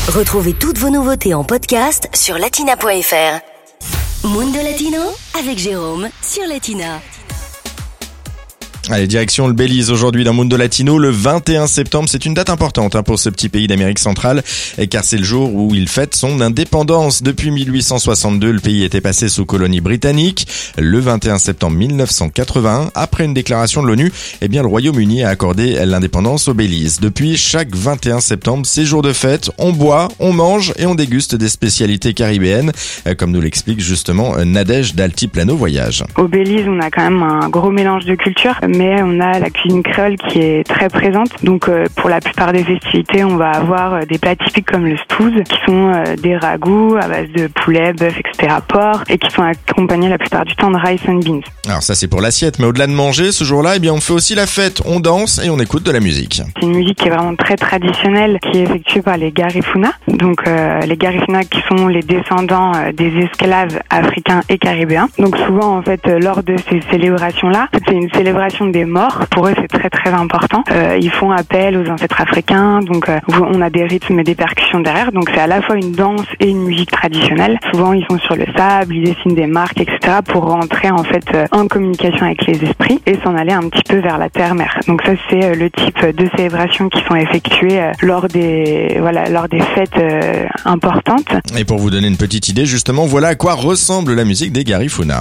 Retrouvez toutes vos nouveautés en podcast sur latina.fr. Mundo Latino avec Jérôme sur Latina. Allez, direction le Belize aujourd'hui dans Mundo Latino, le 21 septembre. C'est une date importante pour ce petit pays d'Amérique centrale, car c'est le jour où il fête son indépendance. Depuis 1862, le pays était passé sous colonie britannique. Le 21 septembre 1981, après une déclaration de l'ONU, le Royaume-Uni a accordé l'indépendance au Belize. Depuis, chaque 21 septembre, c'est jour de fête. On boit, on mange et on déguste des spécialités caribéennes, comme nous l'explique justement Nadège d'Altiplano Voyage. Au Belize, on a quand même un gros mélange de cultures, mais on a la cuisine créole qui est très présente. Donc pour la plupart des festivités, on va avoir des plats typiques comme le stouze, qui sont des ragoûts à base de poulet, bœuf, etc., porc, et qui sont accompagnés la plupart du temps de rice and beans. Alors ça c'est pour l'assiette, mais au-delà de manger, ce jour-là, on fait aussi la fête, on danse et on écoute de la musique. C'est une musique qui est vraiment très traditionnelle, qui est effectuée par les Garifuna. Donc les Garifuna qui sont les descendants des esclaves africains et caribéens. Donc souvent en fait lors de ces célébrations-là, c'est une célébration des morts. Pour eux c'est très très important. Ils font appel aux ancêtres africains, donc on a des rythmes et des percussions derrière. Donc c'est à la fois une danse et une musique traditionnelle. Souvent ils sont sur le sable, ils dessinent des marques, etc. pour rentrer en fait en communication avec les esprits et s'en aller un petit peu vers la terre-mère. Donc ça c'est le type de célébrations qui sont effectuées lors des fêtes importantes. Et pour vous donner une petite idée, justement, voilà à quoi ressemble la musique des Garifuna.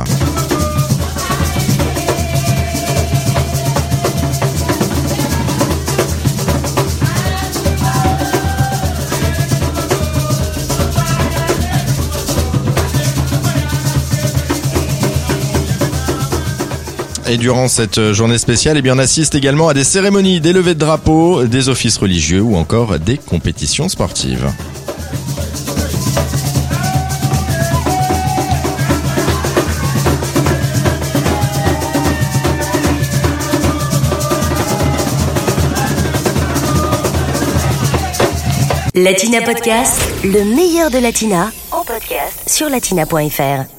Et durant cette journée spéciale, on assiste également à des cérémonies, des levées de drapeaux, des offices religieux ou encore des compétitions sportives. Latina Podcast, le meilleur de Latina en podcast sur latina.fr.